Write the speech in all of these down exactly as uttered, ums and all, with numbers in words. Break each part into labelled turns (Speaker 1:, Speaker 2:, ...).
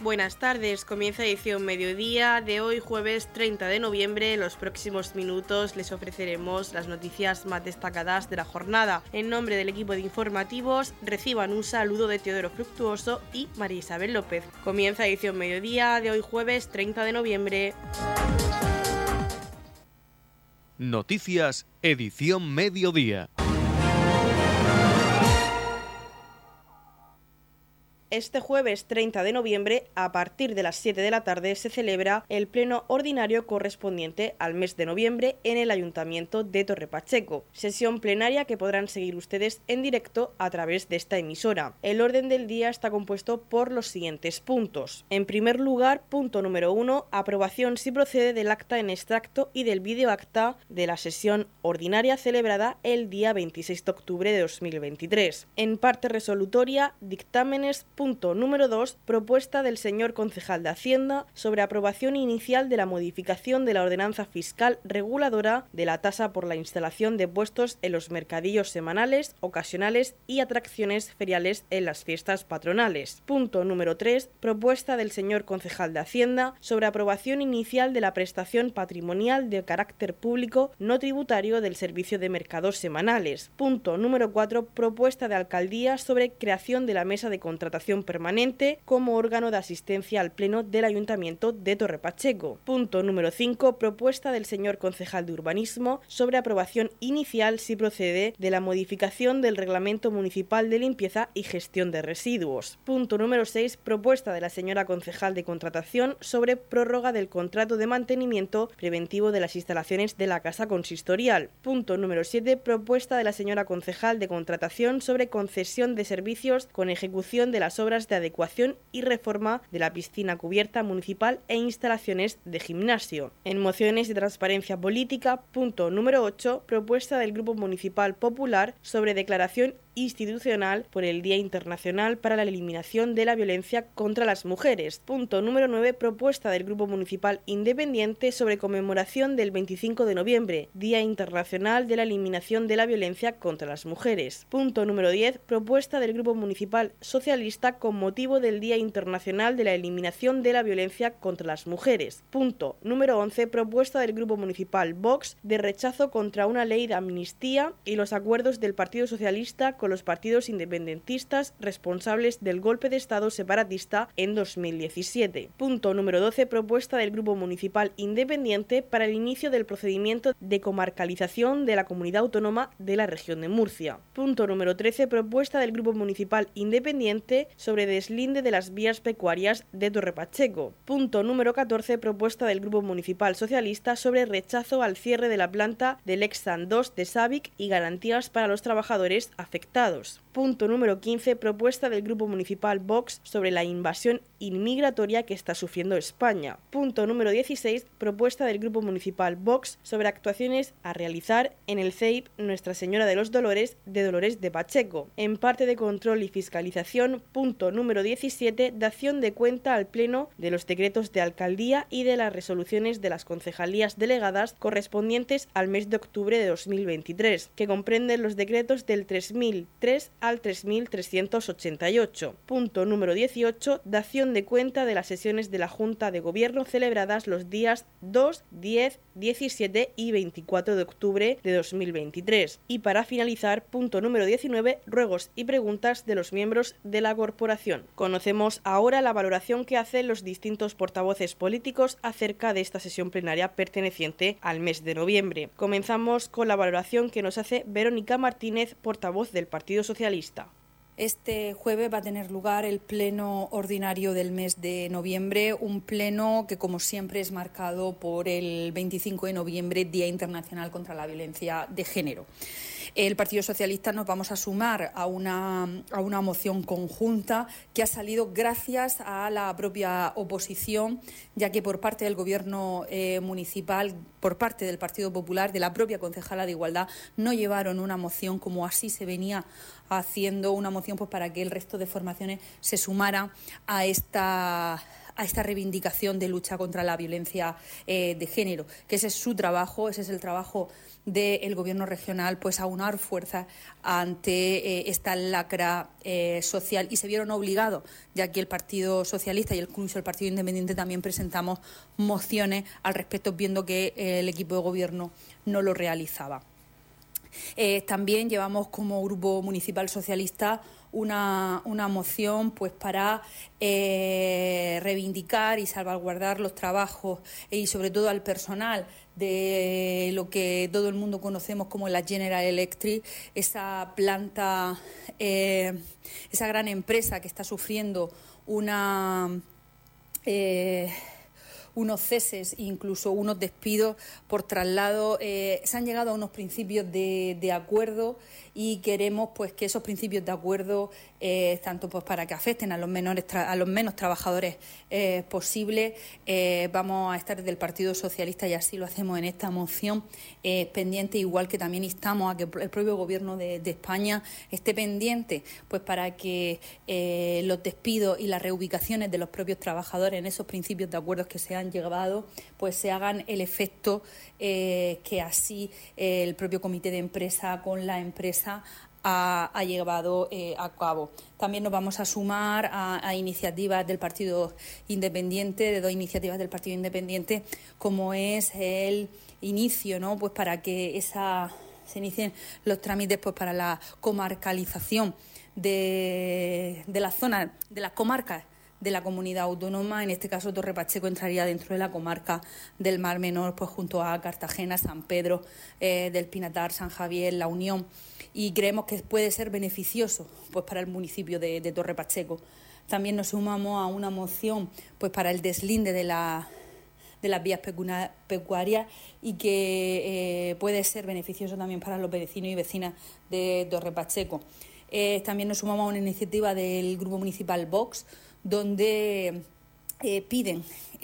Speaker 1: Buenas tardes, comienza edición mediodía de hoy jueves treinta de noviembre. En los próximos minutos les ofreceremos las noticias más destacadas de la jornada. En nombre del equipo de informativos reciban un saludo de Teodoro Fructuoso y María Isabel López. Comienza edición mediodía de hoy jueves treinta de noviembre.
Speaker 2: Noticias, edición mediodía.
Speaker 1: Este jueves treinta de noviembre, a partir de las siete de la tarde, se celebra el pleno ordinario correspondiente al mes de noviembre en el Ayuntamiento de Torre Pacheco. Sesión plenaria que podrán seguir ustedes en directo a través de esta emisora. El orden del día está compuesto por los siguientes puntos. En primer lugar, punto número uno, aprobación si procede del acta en extracto y del vídeo acta de la sesión ordinaria celebrada el día veintiséis de octubre de dos mil veintitrés. En parte resolutoria, dictámenes. Punto número dos. Propuesta del señor concejal de Hacienda sobre aprobación inicial de la modificación de la ordenanza fiscal reguladora de la tasa por la instalación de puestos en los mercadillos semanales, ocasionales y atracciones feriales en las fiestas patronales. Punto número tres. Propuesta del señor concejal de Hacienda sobre aprobación inicial de la prestación patrimonial de carácter público no tributario del servicio de mercados semanales. Punto número cuatro. Propuesta de alcaldía sobre creación de la mesa de contratación permanente como órgano de asistencia al pleno del Ayuntamiento de Torre Pacheco. Punto número cinco. Propuesta del señor concejal de urbanismo sobre aprobación inicial si procede de la modificación del reglamento municipal de limpieza y gestión de residuos. Punto número seis. Propuesta de la señora concejal de contratación sobre prórroga del contrato de mantenimiento preventivo de las instalaciones de la casa consistorial. Punto número siete. Propuesta de la señora concejal de contratación sobre concesión de servicios con ejecución de las obras de adecuación y reforma de la piscina cubierta municipal e instalaciones de gimnasio. En mociones de transparencia política, punto número ocho, propuesta del Grupo Municipal Popular sobre declaración institucional por el Día Internacional para la Eliminación de la Violencia contra las Mujeres. Punto número nueve, propuesta del Grupo Municipal Independiente sobre conmemoración del veinticinco de noviembre, Día Internacional de la Eliminación de la Violencia contra las Mujeres. Punto número diez, propuesta del Grupo Municipal Socialista con motivo del Día Internacional de la Eliminación de la Violencia contra las Mujeres. Punto número once, propuesta del Grupo Municipal Vox de rechazo contra una ley de amnistía y los acuerdos del Partido Socialista con los partidos independentistas responsables del golpe de Estado separatista en dos mil diecisiete. Punto número doce, propuesta del Grupo Municipal Independiente para el inicio del procedimiento de comarcalización de la Comunidad Autónoma de la Región de Murcia. Punto número trece, propuesta del Grupo Municipal Independiente sobre deslinde de las vías pecuarias de Torre Pacheco. Punto número catorce, propuesta del Grupo Municipal Socialista sobre rechazo al cierre de la planta del Exxon dos de Sabic y garantías para los trabajadores afectados. Punto número quince, propuesta del Grupo Municipal Vox sobre la invasión inmigratoria que está sufriendo España. Punto número dieciséis, propuesta del Grupo Municipal Vox sobre actuaciones a realizar en el C E I P Nuestra Señora de los Dolores de Dolores de Pacheco. En parte de control y fiscalización, punto número diecisiete, dación de cuenta al Pleno de los decretos de alcaldía y de las resoluciones de las concejalías delegadas correspondientes al mes de octubre de dos mil veintitrés, que comprenden los decretos del tres mil tres al tres mil trescientos ochenta y ocho. Punto número dieciocho, dación de cuenta de las sesiones de la Junta de Gobierno celebradas los días dos, diez, diecisiete y veinticuatro de octubre de dos mil veintitrés. Y para finalizar, punto número diecinueve, ruegos y preguntas de los miembros de la corporación. Conocemos ahora la valoración que hacen los distintos portavoces políticos acerca de esta sesión plenaria perteneciente al mes de noviembre. Comenzamos con la valoración que nos hace Verónica Martínez, portavoz del Partido Socialista.
Speaker 3: Este jueves va a tener lugar el pleno ordinario del mes de noviembre, un pleno que, como siempre, es marcado por el veinticinco de noviembre, Día Internacional contra la Violencia de Género. El Partido Socialista nos vamos a sumar a una, a una moción conjunta que ha salido gracias a la propia oposición, ya que por parte del Gobierno eh, municipal, por parte del Partido Popular, de la propia concejala de Igualdad, no llevaron una moción como así se venía haciendo, una moción pues para que el resto de formaciones se sumara a esta a esta reivindicación de lucha contra la violencia eh, de género, que ese es su trabajo, ese es el trabajo del Gobierno regional, pues aunar fuerzas ante eh, esta lacra eh, social, y se vieron obligados, ya que el Partido Socialista y incluso el Partido Independiente también presentamos mociones al respecto, viendo que eh, el equipo de Gobierno no lo realizaba. Eh, también llevamos como Grupo Municipal Socialista una, una moción pues para eh, reivindicar y salvaguardar los trabajos y sobre todo al personal de lo que todo el mundo conocemos como la General Electric, esa planta, eh, esa gran empresa que está sufriendo una... Eh, unos ceses e incluso unos despidos por traslado. Eh, se han llegado a unos principios de, de acuerdo y queremos pues que esos principios de acuerdo, eh, tanto pues para que afecten a los menores a los menos trabajadores eh, posible, eh, vamos a estar desde el Partido Socialista, y así lo hacemos en esta moción, eh, pendiente, igual que también instamos a que el propio Gobierno de, de España esté pendiente pues para que eh, los despidos y las reubicaciones de los propios trabajadores en esos principios de acuerdos que se han llevado pues se hagan el efecto eh, que así eh, el propio comité de empresa con la empresa ha, ha llevado eh, a cabo. También nos vamos a sumar a, a iniciativas del Partido Independiente, de dos iniciativas del Partido Independiente, como es el inicio, ¿no? Pues para que esa se inicien los trámites pues para la comarcalización de, de la zona, de las comarcas de la comunidad autónoma. En este caso Torre Pacheco entraría dentro de la comarca del Mar Menor, pues junto a Cartagena, San Pedro eh, del Pinatar, San Javier, La Unión, y creemos que puede ser beneficioso pues para el municipio de, de Torre Pacheco. También nos sumamos a una moción pues para el deslinde de la de las vías pecuarias y que eh, puede ser beneficioso también para los vecinos y vecinas de Torre Pacheco. Eh, también nos sumamos a una iniciativa del Grupo Municipal Vox, donde eh, piden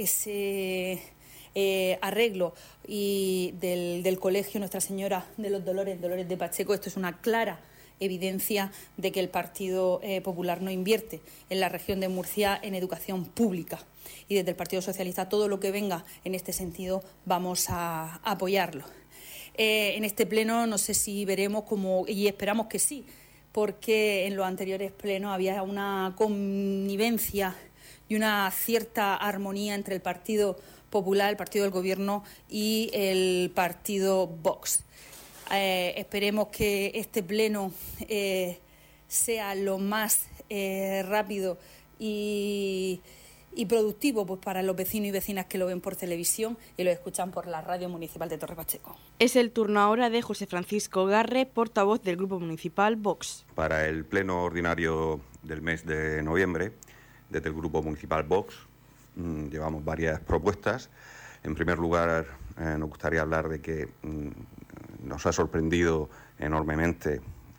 Speaker 3: ese eh, arreglo y del, del Colegio Nuestra Señora de los Dolores, Dolores de Pacheco. Esto es una clara evidencia de que el Partido eh, Popular no invierte en la región de Murcia en educación pública. Y desde el Partido Socialista todo lo que venga en este sentido vamos a, a apoyarlo. Eh, en este pleno no sé si veremos como, y esperamos que sí, porque en los anteriores plenos había una connivencia y una cierta armonía entre el Partido Popular, el Partido del Gobierno y el Partido Vox. Eh, esperemos que este pleno eh, sea lo más eh, rápido y, y productivo pues para los vecinos y vecinas que lo ven por televisión y lo escuchan por la radio municipal de Torre Pacheco.
Speaker 1: Es el turno ahora de José Francisco Garre, portavoz del Grupo Municipal Vox.
Speaker 4: Para el pleno ordinario del mes de noviembre, desde el Grupo Municipal Vox, mmm, llevamos varias propuestas. En primer lugar, eh, nos gustaría hablar de que mmm, nos ha sorprendido enormemente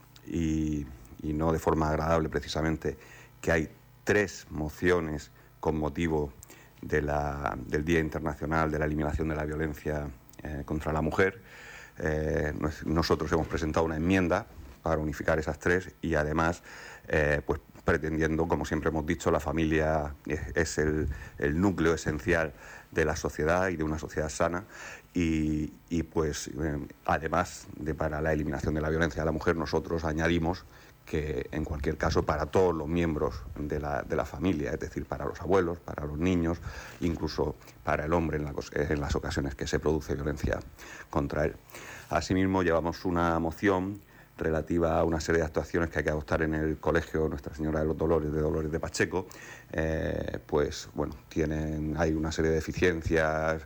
Speaker 4: y, y no de forma agradable precisamente que hay tres mociones con motivo de la, del Día Internacional de la Eliminación de la Violencia eh, contra la Mujer. Eh, nosotros hemos presentado una enmienda para unificar esas tres y además eh, pues pretendiendo, como siempre hemos dicho, la familia es, es el, el núcleo esencial de la sociedad y de una sociedad sana y, y pues eh, además de para la eliminación de la violencia a la mujer nosotros añadimos que en cualquier caso para todos los miembros de la, de la familia, es decir, para los abuelos, para los niños, incluso para el hombre en, la, en las ocasiones que se produce violencia contra él. Asimismo, llevamos una moción relativa a una serie de actuaciones que hay que adoptar en el Colegio Nuestra Señora de los Dolores de Dolores de Pacheco. Eh, pues bueno, tienen, hay una serie de deficiencias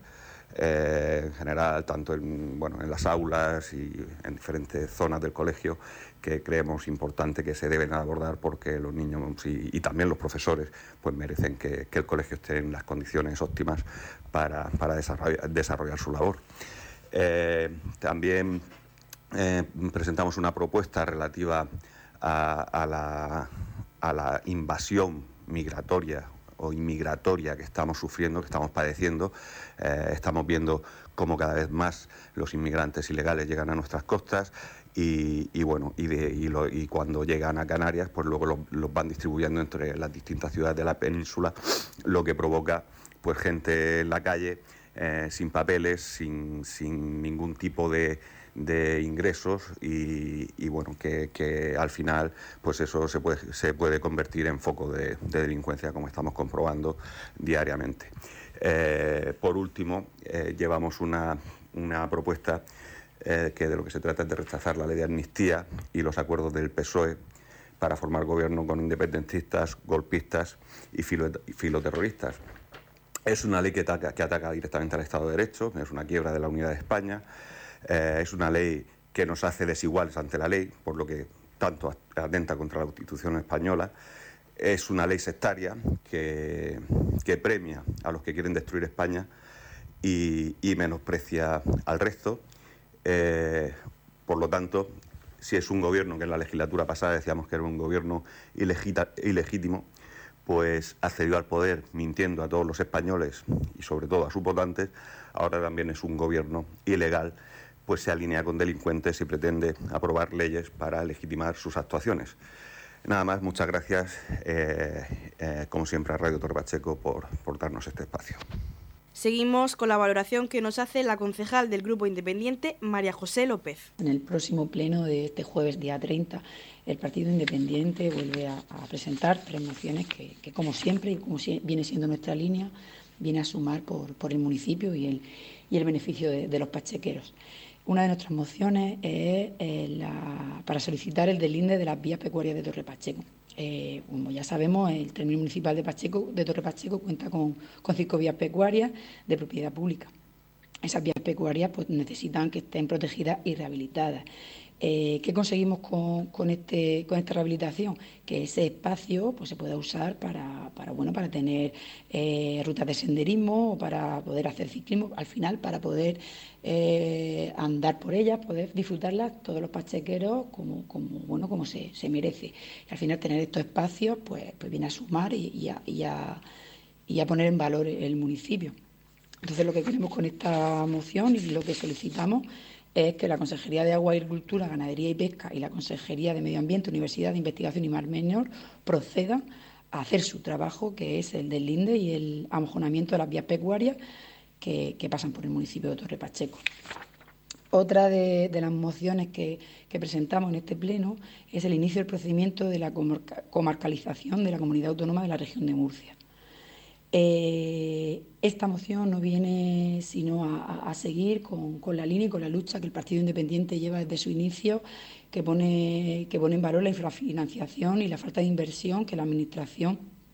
Speaker 4: eh, en general, tanto en, bueno, en las aulas y en diferentes zonas del colegio, que creemos importante que se deben abordar porque los niños y, y también los profesores pues merecen que, que el colegio esté en las condiciones óptimas para, para desarrollar, desarrollar su labor. Eh, también eh, presentamos una propuesta relativa a, a, la, a la invasión migratoria o inmigratoria que estamos sufriendo, que estamos padeciendo. Eh, estamos viendo cómo cada vez más los inmigrantes ilegales llegan a nuestras costas y, y bueno, y, de, y, lo, y cuando llegan a Canarias, pues luego los, los van distribuyendo entre las distintas ciudades de la península, lo que provoca pues gente en la calle eh, sin papeles, sin, sin ningún tipo de, de ingresos y, y bueno, que, que al final pues eso se puede, se puede convertir en foco de, de delincuencia, como estamos comprobando diariamente. Eh, por último, eh, llevamos una, una propuesta eh, que de lo que se trata es de rechazar la ley de amnistía y los acuerdos del P S O E para formar gobierno con independentistas, golpistas y, filo, y filoterroristas. Es una ley que ataca, que ataca directamente al Estado de Derecho, es una quiebra de la unidad de España, eh, es una ley que nos hace desiguales ante la ley, por lo que tanto atenta contra la Constitución española. Es una ley sectaria que, que premia a los que quieren destruir España y, y menosprecia al resto. Eh, por lo tanto, si es un gobierno que en la legislatura pasada decíamos que era un gobierno ilegita, ilegítimo, pues accedió al poder mintiendo a todos los españoles y sobre todo a sus votantes, ahora también es un gobierno ilegal, pues se alinea con delincuentes y pretende aprobar leyes para legitimar sus actuaciones. Nada más, muchas gracias, eh, eh, como siempre a Radio Torre Pacheco por, por darnos este espacio.
Speaker 1: Seguimos con la valoración que nos hace la concejal del Grupo Independiente, María José López.
Speaker 5: En el próximo pleno de este jueves, día treinta, el Partido Independiente vuelve a, a presentar tres mociones que, que, como siempre, y como si, viene siendo nuestra línea, viene a sumar por, por el municipio y el, y el beneficio de, de los pachequeros. Una de nuestras mociones es eh, la, para solicitar el deslinde de las vías pecuarias de Torre Pacheco. Eh, como ya sabemos, el término municipal de, Pacheco, de Torre Pacheco cuenta con, con cinco vías pecuarias de propiedad pública. Esas vías pecuarias pues, necesitan que estén protegidas y rehabilitadas. Eh, ¿Qué conseguimos con, con, este, con esta rehabilitación? Que ese espacio pues, se pueda usar para, para, bueno, para tener eh, rutas de senderismo o para poder hacer ciclismo, al final para poder eh, andar por ellas, poder disfrutarlas todos los pachequeros como, como, bueno, como se, se merece. Y al final tener estos espacios pues, pues viene a sumar y, y, a, y, a, y a poner en valor el municipio. Entonces lo que queremos con esta moción y lo que solicitamos es que la Consejería de Agua, Agricultura, Ganadería y Pesca y la Consejería de Medio Ambiente, Universidad de Investigación y Mar Menor procedan a hacer su trabajo, que es el deslinde y el amojonamiento de las vías pecuarias que, que pasan por el municipio de Torre Pacheco. Otra de, de las mociones que, que presentamos en este pleno es el inicio del procedimiento de la comarcalización de la Comunidad Autónoma de la Región de Murcia. Eh, esta moción no viene sino a, a seguir con, con la línea y con la lucha que el Partido Independiente lleva desde su inicio, que pone, que pone en valor la infrafinanciación y la falta de inversión que la Administración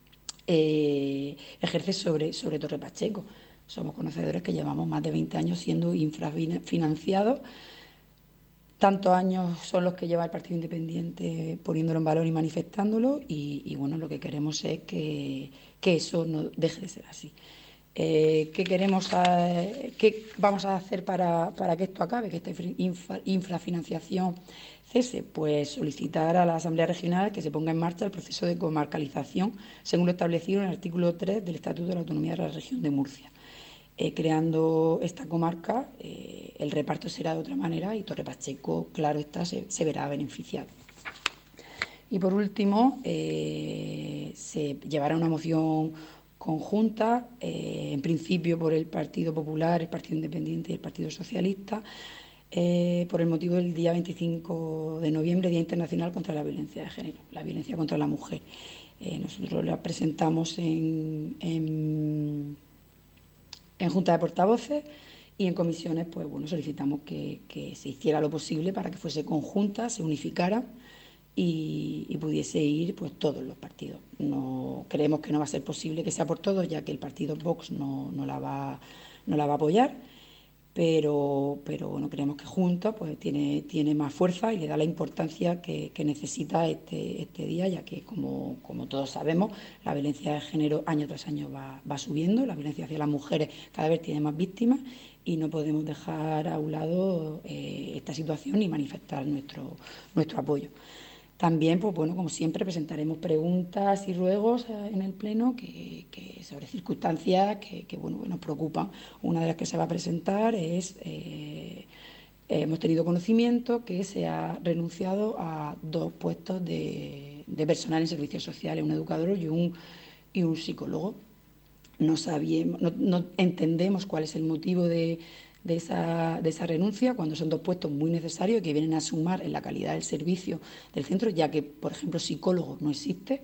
Speaker 5: eh, ejerce sobre, sobre Torre Pacheco. Somos conocedores que llevamos más de veinte años siendo infrafinanciados. Tantos años son los que lleva el Partido Independiente poniéndolo en valor y manifestándolo y, y bueno, lo que queremos es que, que eso no deje de ser así. Eh, ¿qué, queremos a, ¿Qué vamos a hacer para, para que esto acabe, que esta infra, infrafinanciación cese? Pues solicitar a la Asamblea Regional que se ponga en marcha el proceso de comarcalización según lo establecido en el artículo tres del Estatuto de la Autonomía de la Región de Murcia. Eh, creando esta comarca, eh, el reparto será de otra manera y Torre Pacheco, claro está, se, se verá beneficiado. Y por último, eh, se llevará una moción conjunta, eh, en principio por el Partido Popular, el Partido Independiente y el Partido Socialista, eh, por el motivo del día veinticinco de noviembre, Día Internacional contra la Violencia de Género, la violencia contra la mujer. Eh, nosotros la presentamos en... en en Junta de Portavoces y en comisiones, pues bueno, solicitamos que, que se hiciera lo posible para que fuese conjunta, se unificara y, y pudiese ir pues todos los partidos. No creemos que no va a ser posible que sea por todos, ya que el partido Vox no, no, la, va, no la va a apoyar, pero, pero bueno, creemos que juntos pues tiene, tiene más fuerza y le da la importancia que, que necesita este, este día, ya que como, como todos sabemos, la violencia de género año tras año va, va subiendo, la violencia hacia las mujeres cada vez tiene más víctimas y no podemos dejar a un lado eh, esta situación y manifestar nuestro, nuestro apoyo. También, pues bueno, como siempre, presentaremos preguntas y ruegos en el Pleno que, que sobre circunstancias que, que, bueno, que nos preocupan. Una de las que se va a presentar es eh, Eh, hemos tenido conocimiento que se ha renunciado a dos puestos de, de personal en servicios sociales, un educador y un, y un psicólogo. No, sabíamos, no, no entendemos cuál es el motivo de, de, esa, de esa renuncia, cuando son dos puestos muy necesarios que vienen a sumar en la calidad del servicio del centro, ya que, por ejemplo, psicólogo no existe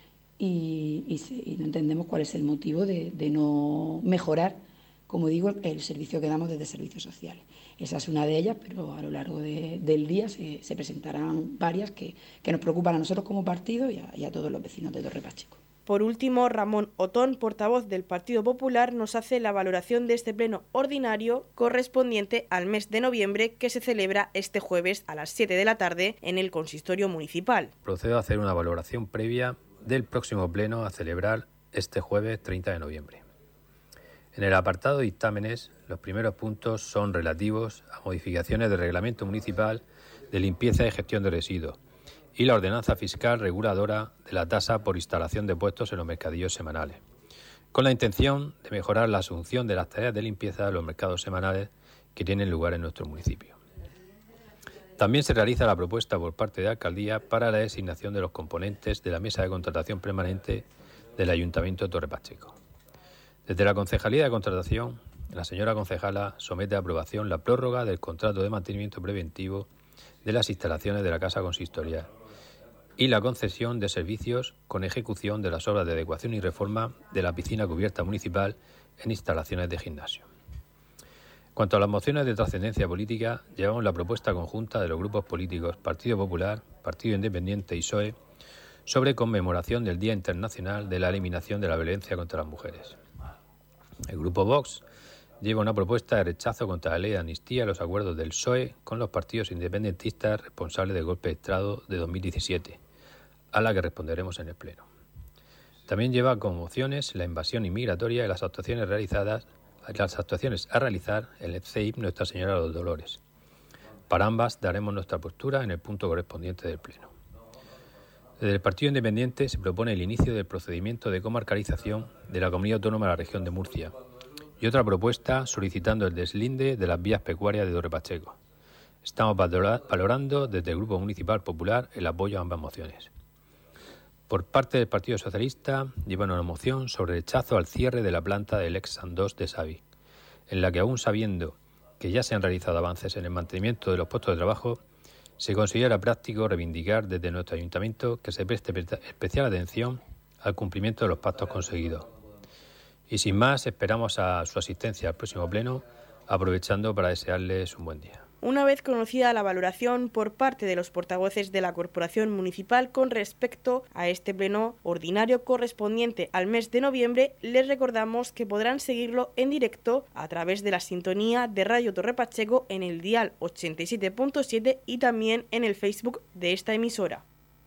Speaker 5: y, y, se, y no entendemos cuál es el motivo de, de no mejorar, como digo, el servicio que damos desde servicios sociales. Esa es una de ellas, pero a lo largo de, del día se, se presentarán varias que, que nos preocupan a nosotros como partido y a, y a todos los vecinos de Torre Pacheco.
Speaker 1: Por último, Ramón Otón, portavoz del Partido Popular, nos hace la valoración de este pleno ordinario correspondiente al mes de noviembre que se celebra este jueves a las siete de la tarde en el consistorio municipal.
Speaker 6: Procedo a hacer una valoración previa del próximo pleno a celebrar este jueves treinta de noviembre. En el apartado de dictámenes, los primeros puntos son relativos a modificaciones del reglamento municipal de limpieza y gestión de residuos y la ordenanza fiscal reguladora de la tasa por instalación de puestos en los mercadillos semanales, con la intención de mejorar la asunción de las tareas de limpieza de los mercados semanales que tienen lugar en nuestro municipio. También se realiza la propuesta por parte de la Alcaldía para la designación de los componentes de la mesa de contratación permanente del Ayuntamiento de Torre Pacheco. Desde la Concejalía de Contratación, la señora concejala somete a aprobación la prórroga del contrato de mantenimiento preventivo de las instalaciones de la Casa Consistorial y la concesión de servicios con ejecución de las obras de adecuación y reforma de la piscina cubierta municipal en instalaciones de gimnasio. Cuanto a las mociones de trascendencia política, llevamos la propuesta conjunta de los grupos políticos Partido Popular, Partido Independiente y P S O E sobre conmemoración del Día Internacional de la Eliminación de la Violencia contra las Mujeres. El Grupo Vox lleva una propuesta de rechazo contra la ley de amnistía a los acuerdos del P S O E con los partidos independentistas responsables del golpe de Estado de dos mil diecisiete, a la que responderemos en el Pleno. También lleva como mociones la invasión inmigratoria y las actuaciones realizadas, las actuaciones a realizar en el C E I P Nuestra Señora de los Dolores. Para ambas daremos nuestra postura en el punto correspondiente del Pleno. Desde el Partido Independiente se propone el inicio del procedimiento de comarcalización de la Comunidad Autónoma de la Región de Murcia y otra propuesta solicitando el deslinde de las vías pecuarias de Torre Pacheco. Estamos valorando desde el Grupo Municipal Popular el apoyo a ambas mociones. Por parte del Partido Socialista llevan una moción sobre rechazo al cierre de la planta del ex Sandoz de Savi, en la que aún sabiendo que ya se han realizado avances en el mantenimiento de los puestos de trabajo, se considera práctico reivindicar desde nuestro ayuntamiento que se preste especial atención al cumplimiento de los pactos conseguidos. Y sin más, esperamos a su asistencia al próximo pleno, aprovechando para desearles un buen día.
Speaker 1: Una vez conocida la valoración por parte de los portavoces de la Corporación Municipal con respecto a este pleno ordinario correspondiente al mes de noviembre, les recordamos que podrán seguirlo en directo a través de la sintonía de Radio Torre Pacheco en el dial ochenta y siete punto siete y también en el Facebook de esta emisora.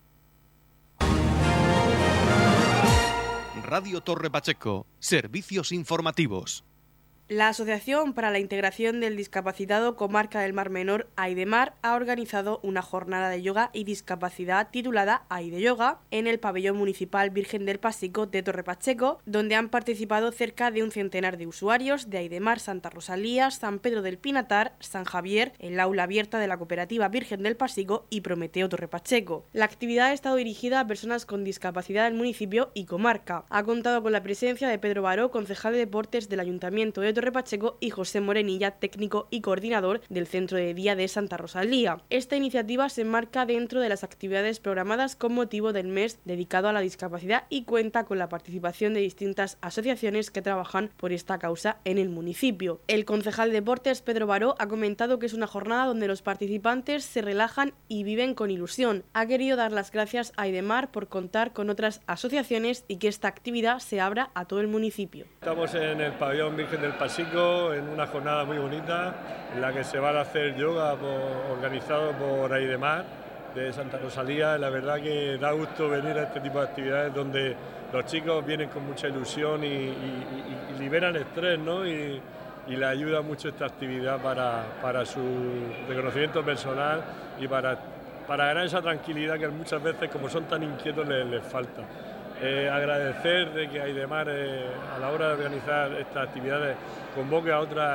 Speaker 2: Radio Torre Pacheco, servicios informativos.
Speaker 1: La Asociación para la Integración del Discapacitado Comarca del Mar Menor, AIDEMAR, ha organizado una jornada de yoga y discapacidad titulada AIDE Yoga en el pabellón municipal Virgen del Pasico de Torre Pacheco, donde han participado cerca de un centenar de usuarios de AIDEMAR Santa Rosalía, San Pedro del Pinatar, San Javier, el aula abierta de la cooperativa Virgen del Pasico y Prometeo Torre Pacheco. La actividad ha estado dirigida a personas con discapacidad del municipio y comarca. Ha contado con la presencia de Pedro Baró, concejal de deportes del Ayuntamiento de Torre Pacheco, y José Morenilla, técnico y coordinador del Centro de Día de Santa Rosalía. Esta iniciativa se enmarca dentro de las actividades programadas con motivo del mes dedicado a la discapacidad y cuenta con la participación de distintas asociaciones que trabajan por esta causa en el municipio. El concejal de deportes, Pedro Baró, ha comentado que es una jornada donde los participantes se relajan y viven con ilusión. Ha querido dar las gracias a AIDEMAR por contar con otras asociaciones y que esta actividad se abra a todo el municipio.
Speaker 7: Estamos en el pabellón Virgen del Pasico en una jornada muy bonita en la que se va a hacer yoga por, organizado por AIDEMAR de Santa Rosalía. La verdad que da gusto venir a este tipo de actividades donde los chicos vienen con mucha ilusión y, y, y liberan estrés, ¿no? y, y les ayuda mucho esta actividad para, para su reconocimiento personal y para, para ganar esa tranquilidad que muchas veces, como son tan inquietos, les, les falta. Eh, agradecer de que AIDEMAR eh, a la hora de organizar estas actividades convoque a otras, a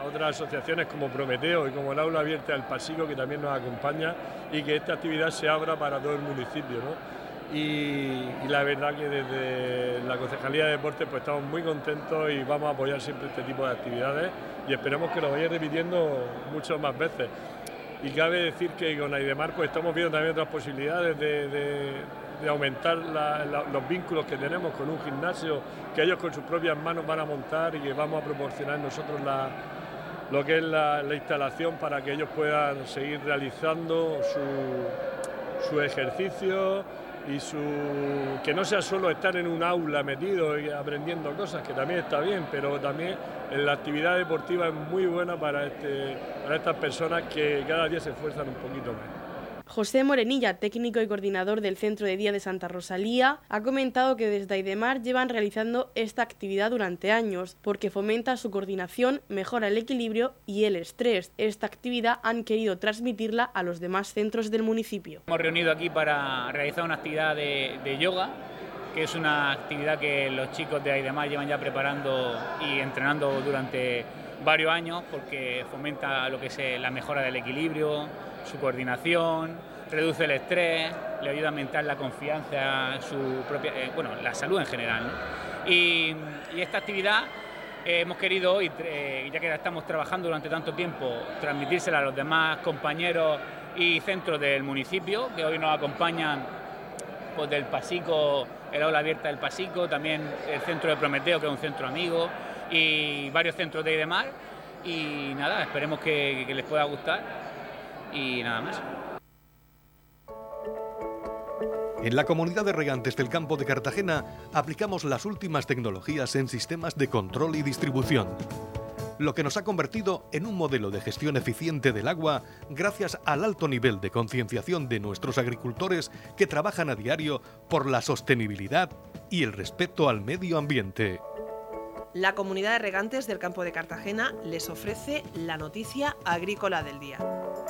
Speaker 7: a otras asociaciones como Prometeo y como el Aula Abierta del Pasico, que también nos acompaña, y que esta actividad se abra para todo el municipio, ¿no? Y, y la verdad que desde la Concejalía de Deportes pues estamos muy contentos y vamos a apoyar siempre este tipo de actividades y esperemos que lo vayáis repitiendo muchas más veces. Y cabe decir que con Aidemar pues estamos viendo también otras posibilidades de, de, de aumentar la, la, los vínculos que tenemos con un gimnasio que ellos con sus propias manos van a montar y que vamos a proporcionar nosotros la, lo que es la, la instalación para que ellos puedan seguir realizando su, su ejercicio y su, que no sea solo estar en un aula metido y aprendiendo cosas, que también está bien, pero también la actividad deportiva es muy buena para, este, para estas personas que cada día se esfuerzan un poquito más.
Speaker 1: José Morenilla, técnico y coordinador del Centro de Día de Santa Rosalía, ha comentado que desde Aidemar llevan realizando esta actividad durante años porque fomenta su coordinación, mejora el equilibrio y el estrés. Esta actividad han querido transmitirla a los demás centros del municipio.
Speaker 8: Hemos reunido aquí para realizar una actividad de, de yoga, que es una actividad que los chicos de Aidemar llevan ya preparando y entrenando durante varios años porque fomenta lo que es la mejora del equilibrio, su coordinación, reduce el estrés, le ayuda a aumentar la confianza, su propia, eh, bueno, la salud en general, ¿no? Y, y esta actividad eh, hemos querido hoy, eh, ya que la estamos trabajando durante tanto tiempo, transmitírsela a los demás compañeros y centros del municipio, que hoy nos acompañan pues, del Pasico, el Aula Abierta del Pasico, también el centro de Prometeo, que es un centro amigo, y varios centros de Aidemar. Y nada, esperemos que, que les pueda gustar. Y nada más.
Speaker 2: En la Comunidad de Regantes del Campo de Cartagena aplicamos las últimas tecnologías en sistemas de control y distribución, lo que nos ha convertido en un modelo de gestión eficiente del agua gracias al alto nivel de concienciación de nuestros agricultores que trabajan a diario por la sostenibilidad y el respeto al medio ambiente.
Speaker 9: La Comunidad de Regantes del Campo de Cartagena les ofrece la noticia agrícola del día.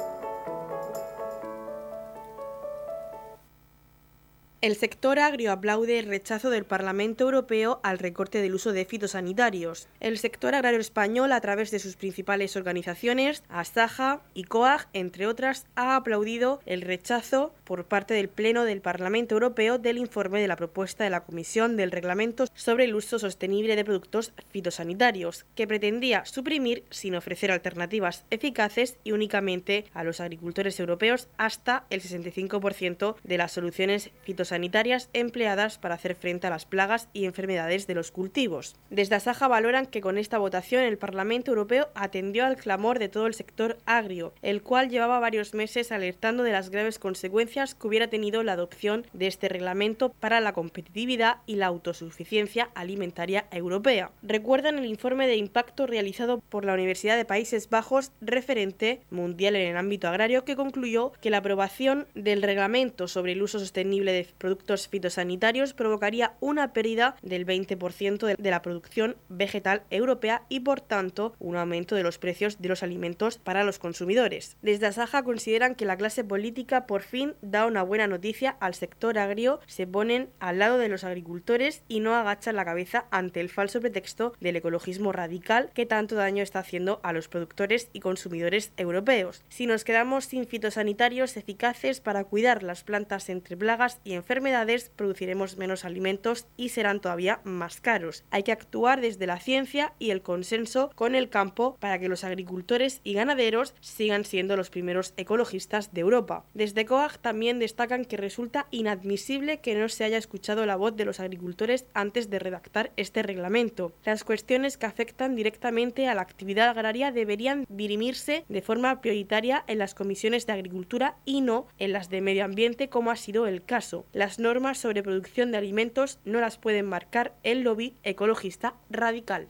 Speaker 1: El sector agrio aplaude el rechazo del Parlamento Europeo al recorte del uso de fitosanitarios. El sector agrario español, a través de sus principales organizaciones, ASAJA y COAG, entre otras, ha aplaudido el rechazo por parte del Pleno del Parlamento Europeo del informe de la propuesta de la Comisión del Reglamento sobre el uso sostenible de productos fitosanitarios, que pretendía suprimir, sin ofrecer alternativas eficaces y únicamente a los agricultores europeos, hasta el sesenta y cinco por ciento de las soluciones fitosanitarias sanitarias empleadas para hacer frente a las plagas y enfermedades de los cultivos. Desde ASAJA valoran que con esta votación el Parlamento Europeo atendió al clamor de todo el sector agrio, el cual llevaba varios meses alertando de las graves consecuencias que hubiera tenido la adopción de este reglamento para la competitividad y la autosuficiencia alimentaria europea. Recuerdan el informe de impacto realizado por la Universidad de Países Bajos, referente mundial en el ámbito agrario, que concluyó que la aprobación del reglamento sobre el uso sostenible de productos fitosanitarios provocaría una pérdida del veinte por ciento de la producción vegetal europea y, por tanto, un aumento de los precios de los alimentos para los consumidores. Desde ASAJA consideran que la clase política por fin da una buena noticia al sector agrio, se ponen al lado de los agricultores y no agachan la cabeza ante el falso pretexto del ecologismo radical que tanto daño está haciendo a los productores y consumidores europeos. Si nos quedamos sin fitosanitarios eficaces para cuidar las plantas entre plagas y enfermedades, enfermedades, produciremos menos alimentos y serán todavía más caros. Hay que actuar desde la ciencia y el consenso con el campo para que los agricultores y ganaderos sigan siendo los primeros ecologistas de Europa. Desde COAG también destacan que resulta inadmisible que no se haya escuchado la voz de los agricultores antes de redactar este reglamento. Las cuestiones que afectan directamente a la actividad agraria deberían dirimirse de forma prioritaria en las comisiones de agricultura y no en las de medio ambiente, como ha sido el caso. Las normas sobre producción de alimentos no las pueden marcar el lobby ecologista radical.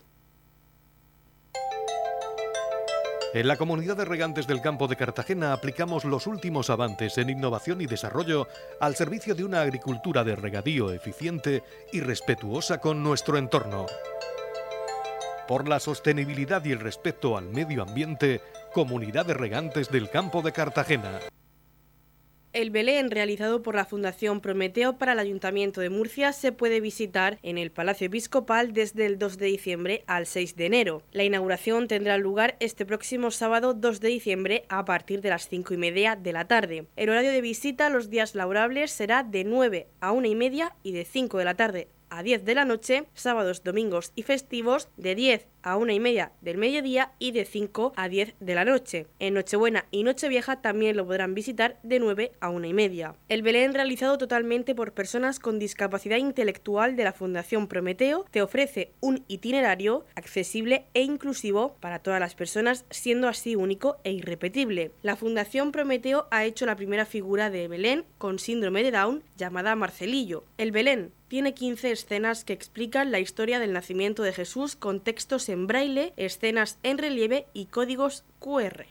Speaker 2: En la Comunidad de Regantes del Campo de Cartagena aplicamos los últimos avances en innovación y desarrollo al servicio de una agricultura de regadío eficiente y respetuosa con nuestro entorno. Por la sostenibilidad y el respeto al medio ambiente, Comunidad de Regantes del Campo de Cartagena.
Speaker 1: El Belén, realizado por la Fundación Prometeo para el Ayuntamiento de Murcia, se puede visitar en el Palacio Episcopal desde el dos de diciembre al seis de enero. La inauguración tendrá lugar este próximo sábado dos de diciembre a partir de las cinco y media de la tarde. El horario de visita los días laborables será de nueve a una y media y de cinco de la tarde a diez de la noche, sábados, domingos y festivos de diez a una y media del mediodía y de cinco a diez de la noche. En Nochebuena y Nochevieja también lo podrán visitar de nueve a una y media. El Belén, realizado totalmente por personas con discapacidad intelectual de la Fundación Prometeo, te ofrece un itinerario accesible e inclusivo para todas las personas, siendo así único e irrepetible. La Fundación Prometeo ha hecho la primera figura de Belén con síndrome de Down llamada Marcelillo. El Belén tiene quince escenas que explican la historia del nacimiento de Jesús con textos en braille, escenas en relieve y códigos cu erre.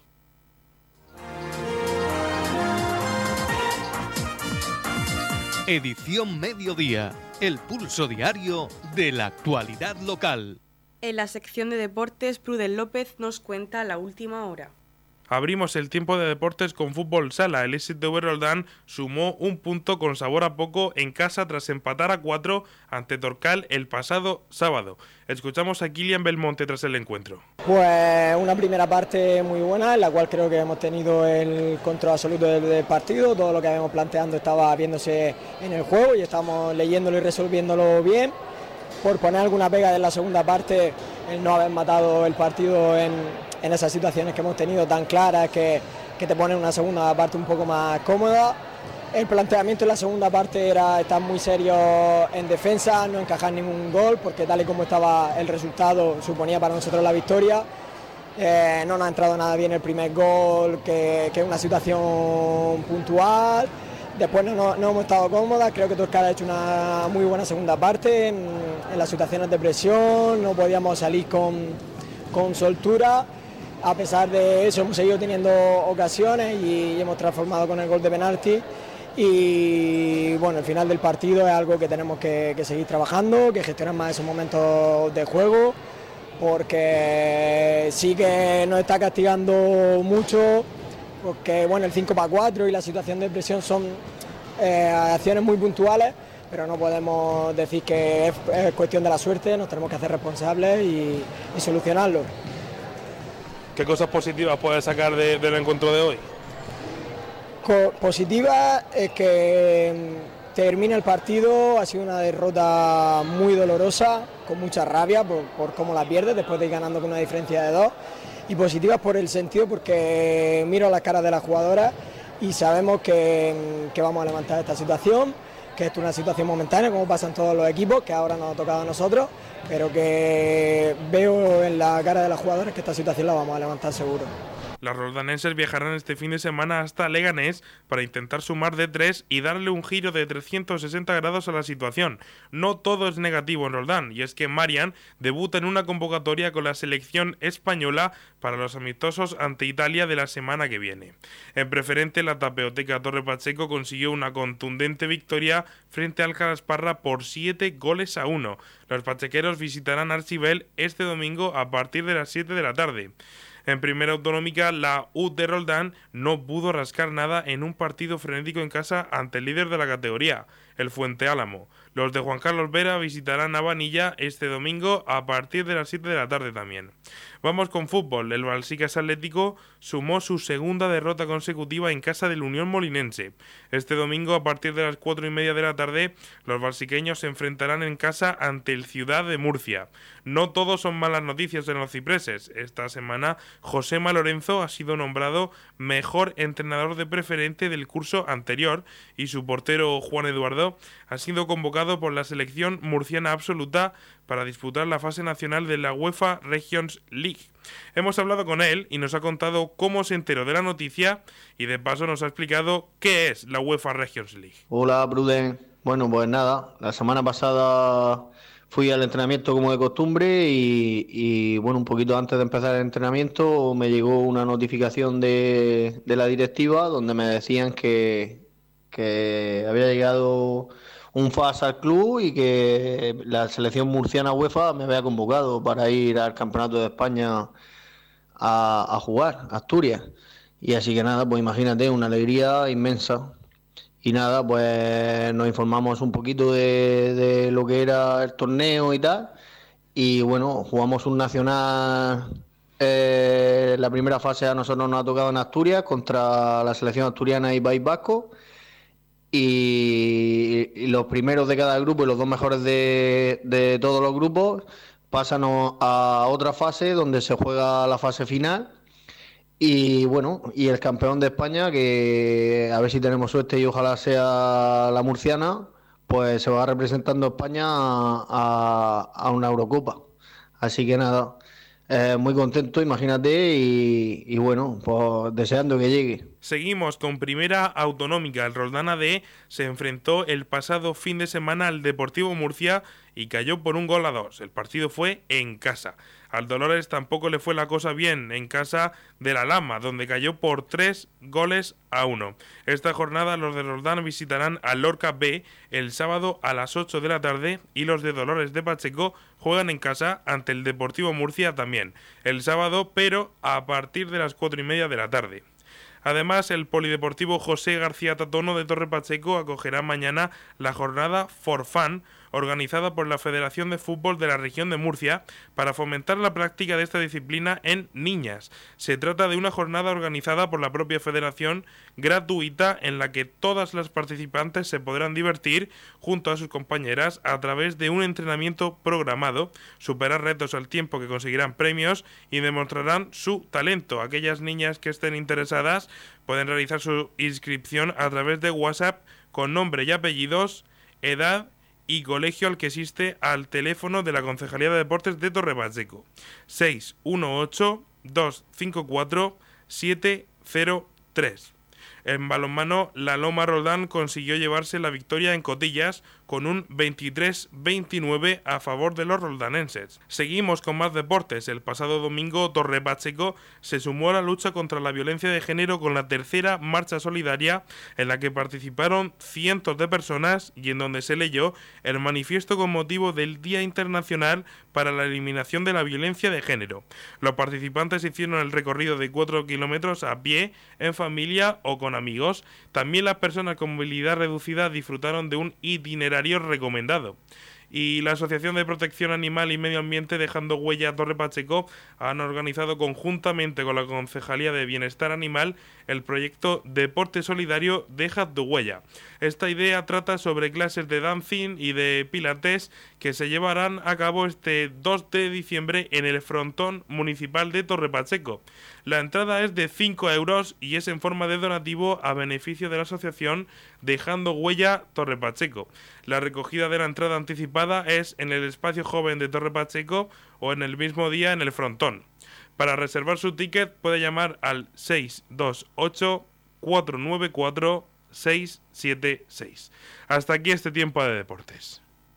Speaker 2: Edición Mediodía, el pulso diario de la actualidad local.
Speaker 1: En la sección de deportes, Prudel López nos cuenta la última hora.
Speaker 10: Abrimos el tiempo de deportes con fútbol sala. El S T V Roldán sumó un punto con sabor a poco en casa tras empatar a cuatro ante Torcal el pasado sábado. Escuchamos a Kilian Belmonte tras el encuentro.
Speaker 11: Pues una primera parte muy buena, en la cual creo que hemos tenido el control absoluto del, del partido. Todo lo que habíamos planteando estaba viéndose en el juego y estamos leyéndolo y resolviéndolo bien. Por poner alguna pega en la segunda parte, el no haber matado el partido en, en esas situaciones que hemos tenido tan claras que, que te ponen una segunda parte un poco más cómoda. El planteamiento en la segunda parte era estar muy serio en defensa, no encajar ningún gol, porque tal y como estaba el resultado suponía para nosotros la victoria. Eh, no nos ha entrado nada bien el primer gol, que, que es una situación puntual. Después no, no, no hemos estado cómodas, creo que Torcal ha hecho una muy buena segunda parte en, en las situaciones de presión, no podíamos salir con, con soltura. A pesar de eso hemos seguido teniendo ocasiones y, y hemos transformado con el gol de penalti. Y bueno, el final del partido es algo que tenemos que, que seguir trabajando, que gestionar más esos momentos de juego, porque sí que nos está castigando mucho, porque bueno, el cinco para cuatro y la situación de presión son eh, acciones muy puntuales, pero no podemos decir que es, es cuestión de la suerte, nos tenemos que hacer responsables y, y solucionarlo.
Speaker 10: ¿Qué cosas positivas puedes sacar de, del encuentro de hoy?
Speaker 11: Co- positiva es que termina el partido, ha sido una derrota muy dolorosa, con mucha rabia por, por cómo la pierde después de ir ganando con una diferencia de dos. Y positivas por el sentido porque miro las caras de las jugadoras y sabemos que, que vamos a levantar esta situación, que esto es una situación momentánea como pasa en todos los equipos, que ahora nos ha tocado a nosotros, pero que veo en la cara de las jugadoras que esta situación la vamos a levantar seguro.
Speaker 10: Las roldanenses viajarán este fin de semana hasta Leganés para intentar sumar de tres y darle un giro de trescientos sesenta grados a la situación. No todo es negativo en Roldán, y es que Marian debuta en una convocatoria con la selección española para los amistosos ante Italia de la semana que viene. En preferente, la Tapeoteca Torre Pacheco consiguió una contundente victoria frente al Calasparra por siete goles a uno. Los pachequeros visitarán Archibel este domingo a partir de las siete de la tarde. En primera autonómica, la U de Roldán no pudo rascar nada en un partido frenético en casa ante el líder de la categoría, el Fuente Álamo. Los de Juan Carlos Vera visitarán a Vanilla este domingo a partir de las siete de la tarde también. Vamos con fútbol. El Balsicas Atlético sumó su segunda derrota consecutiva en casa del Unión Molinense. Este domingo, a partir de las cuatro y media de la tarde, los balsiqueños se enfrentarán en casa ante el Ciudad de Murcia. No todos son malas noticias en los cipreses. Esta semana, Josema Lorenzo ha sido nombrado mejor entrenador de preferente del curso anterior y su portero Juan Eduardo ha sido convocado por la selección murciana absoluta para disputar la fase nacional de la UEFA Regions League. Hemos hablado con él y nos ha contado cómo se enteró de la noticia y de paso nos ha explicado qué es la UEFA Regions League.
Speaker 12: Hola, Pruden. Bueno, pues nada, la semana pasada fui al entrenamiento como de costumbre y, y bueno, un poquito antes de empezar el entrenamiento me llegó una notificación de, de la directiva donde me decían que, que había llegado un fax al club y que la selección murciana UEFA me había convocado para ir al Campeonato de España a, a jugar, a Asturias. Y así que nada, pues imagínate, una alegría inmensa. y nada, pues nos informamos un poquito de, de lo que era el torneo y tal. Y bueno, jugamos un nacional, eh, la primera fase a nosotros nos ha tocado en Asturias contra la selección asturiana y País Vasco. Y, y los primeros de cada grupo y los dos mejores de, de todos los grupos pasan a otra fase donde se juega la fase final. Y bueno, y el campeón de España, que a ver si tenemos suerte y ojalá sea la murciana, pues se va representando a España a, a, a una Eurocopa. Así que nada, eh, muy contento, imagínate, y, y bueno, pues deseando que llegue.
Speaker 10: Seguimos con primera autonómica. El Roldán A D se enfrentó el pasado fin de semana al Deportivo Murcia y cayó por un gol a dos. El partido fue en casa. Al Dolores tampoco le fue la cosa bien en casa de La Lama, donde cayó por tres goles a uno. Esta jornada los de Roldán visitarán al Lorca B el sábado a las ocho de la tarde y los de Dolores de Pacheco juegan en casa ante el Deportivo Murcia también el sábado, pero a partir de las cuatro y media de la tarde. Además, el Polideportivo José García Tatono de Torre Pacheco acogerá mañana la jornada For Fun, organizada por la Federación de Fútbol de la Región de Murcia, para fomentar la práctica de esta disciplina en niñas. Se trata de una jornada organizada por la propia federación, gratuita, en la que todas las participantes se podrán divertir junto a sus compañeras a través de un entrenamiento programado, superar retos al tiempo que conseguirán premios y demostrarán su talento. Aquellas niñas que estén interesadas pueden realizar su inscripción a través de WhatsApp con nombre y apellidos, edad y colegio al que existe al teléfono de la Concejalía de Deportes de Torre Pacheco, seis uno ocho, dos cinco cuatro, siete cero tres. En balonmano, la Loma Roldán consiguió llevarse la victoria en Cotillas con un veintitrés veintinueve a favor de los roldanenses. Seguimos con más deportes. El pasado domingo, Torre Pacheco se sumó a la lucha contra la violencia de género con la tercera marcha solidaria en la que participaron cientos de personas y en donde se leyó el manifiesto con motivo del Día Internacional para la Eliminación de la Violencia de Género. Los participantes hicieron el recorrido de cuatro kilómetros a pie, en familia o con amigos. También las personas con movilidad reducida disfrutaron de un itinerario recomendado. Y la Asociación de Protección Animal y Medio Ambiente Dejando Huella Torre Pacheco han organizado conjuntamente con la Concejalía de Bienestar Animal el proyecto Deporte Solidario Deja tu Huella. Esta idea trata sobre clases de dancing y de pilates que se llevarán a cabo este dos de diciembre en el frontón municipal de Torre Pacheco. La entrada es de cinco euros y es en forma de donativo a beneficio de la asociación Dejando Huella Torre Pacheco. La recogida de la entrada anticipada es en el espacio joven de Torre Pacheco o en el mismo día en el frontón. Para reservar su ticket puede llamar al seis dos ocho, cuatro nueve cuatro, seis siete seis. Hasta aquí este tiempo de deportes.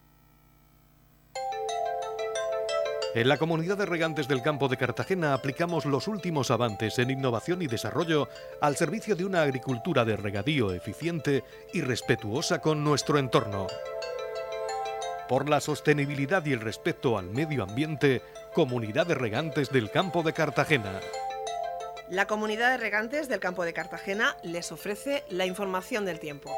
Speaker 2: En la Comunidad de Regantes del Campo de Cartagena aplicamos los últimos avances en innovación y desarrollo al servicio de una agricultura de regadío eficiente y respetuosa con nuestro entorno. Por la sostenibilidad y el respeto al medio ambiente, Comunidad de Regantes del Campo de Cartagena.
Speaker 9: La Comunidad de Regantes del Campo de Cartagena les ofrece la información del tiempo.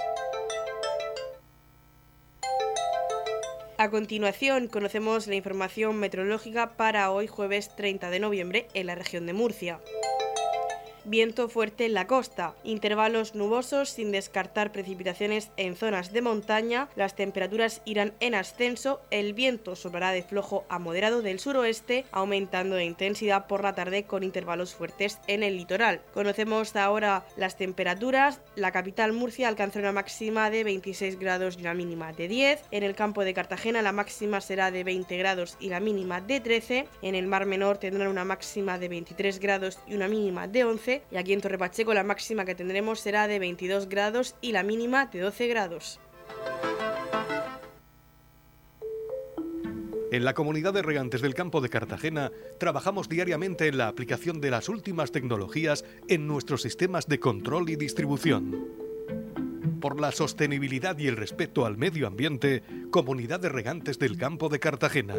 Speaker 1: A continuación, conocemos la información meteorológica para hoy jueves treinta de noviembre en la región de Murcia. Viento fuerte en la costa, intervalos nubosos sin descartar precipitaciones en zonas de montaña, las temperaturas irán en ascenso, el viento soplará de flojo a moderado del suroeste, aumentando de intensidad por la tarde con intervalos fuertes en el litoral. Conocemos ahora las temperaturas. La capital Murcia alcanza una máxima de veintiséis grados y una mínima de diez, en el campo de Cartagena la máxima será de veinte grados y la mínima de trece, en el Mar Menor tendrán una máxima de veintitrés grados y una mínima de once, y aquí en Torre Pacheco la máxima que tendremos será de veintidós grados y la mínima de doce grados.
Speaker 2: En la Comunidad de Regantes del Campo de Cartagena trabajamos diariamente en la aplicación de las últimas tecnologías en nuestros sistemas de control y distribución. Por la sostenibilidad y el respeto al medio ambiente, Comunidad de Regantes del Campo de Cartagena.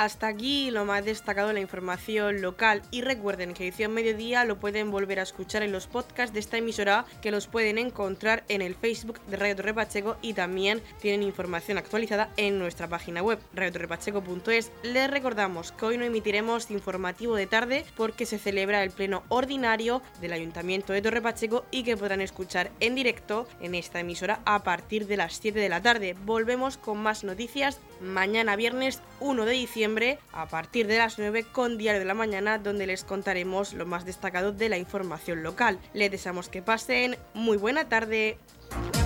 Speaker 1: Hasta aquí lo más destacado de la información local y recuerden que Edición Mediodía lo pueden volver a escuchar en los podcasts de esta emisora, que los pueden encontrar en el Facebook de Radio Torre Pacheco y también tienen información actualizada en nuestra página web radio torre pacheco punto es. Les recordamos que hoy no emitiremos informativo de tarde porque se celebra el pleno ordinario del Ayuntamiento de Torre Pacheco y que podrán escuchar en directo en esta emisora a partir de las siete de la tarde. Volvemos con más noticias mañana viernes uno de diciembre a partir de las nueve con Diario de la Mañana, donde les contaremos lo más destacado de la información local. Les deseamos que pasen muy buena tarde.